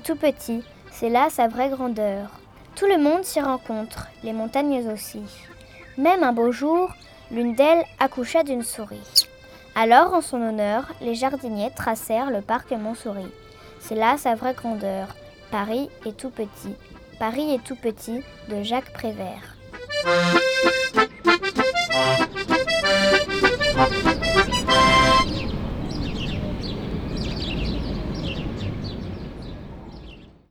tout petit, c'est là sa vraie grandeur. Tout le monde s'y rencontre, les montagnes aussi. Même un beau jour, l'une d'elles accoucha d'une souris. Alors, en son honneur, les jardiniers tracèrent le parc Montsouris. C'est là sa vraie grandeur. Paris est tout petit. Paris est tout petit de Jacques Prévert.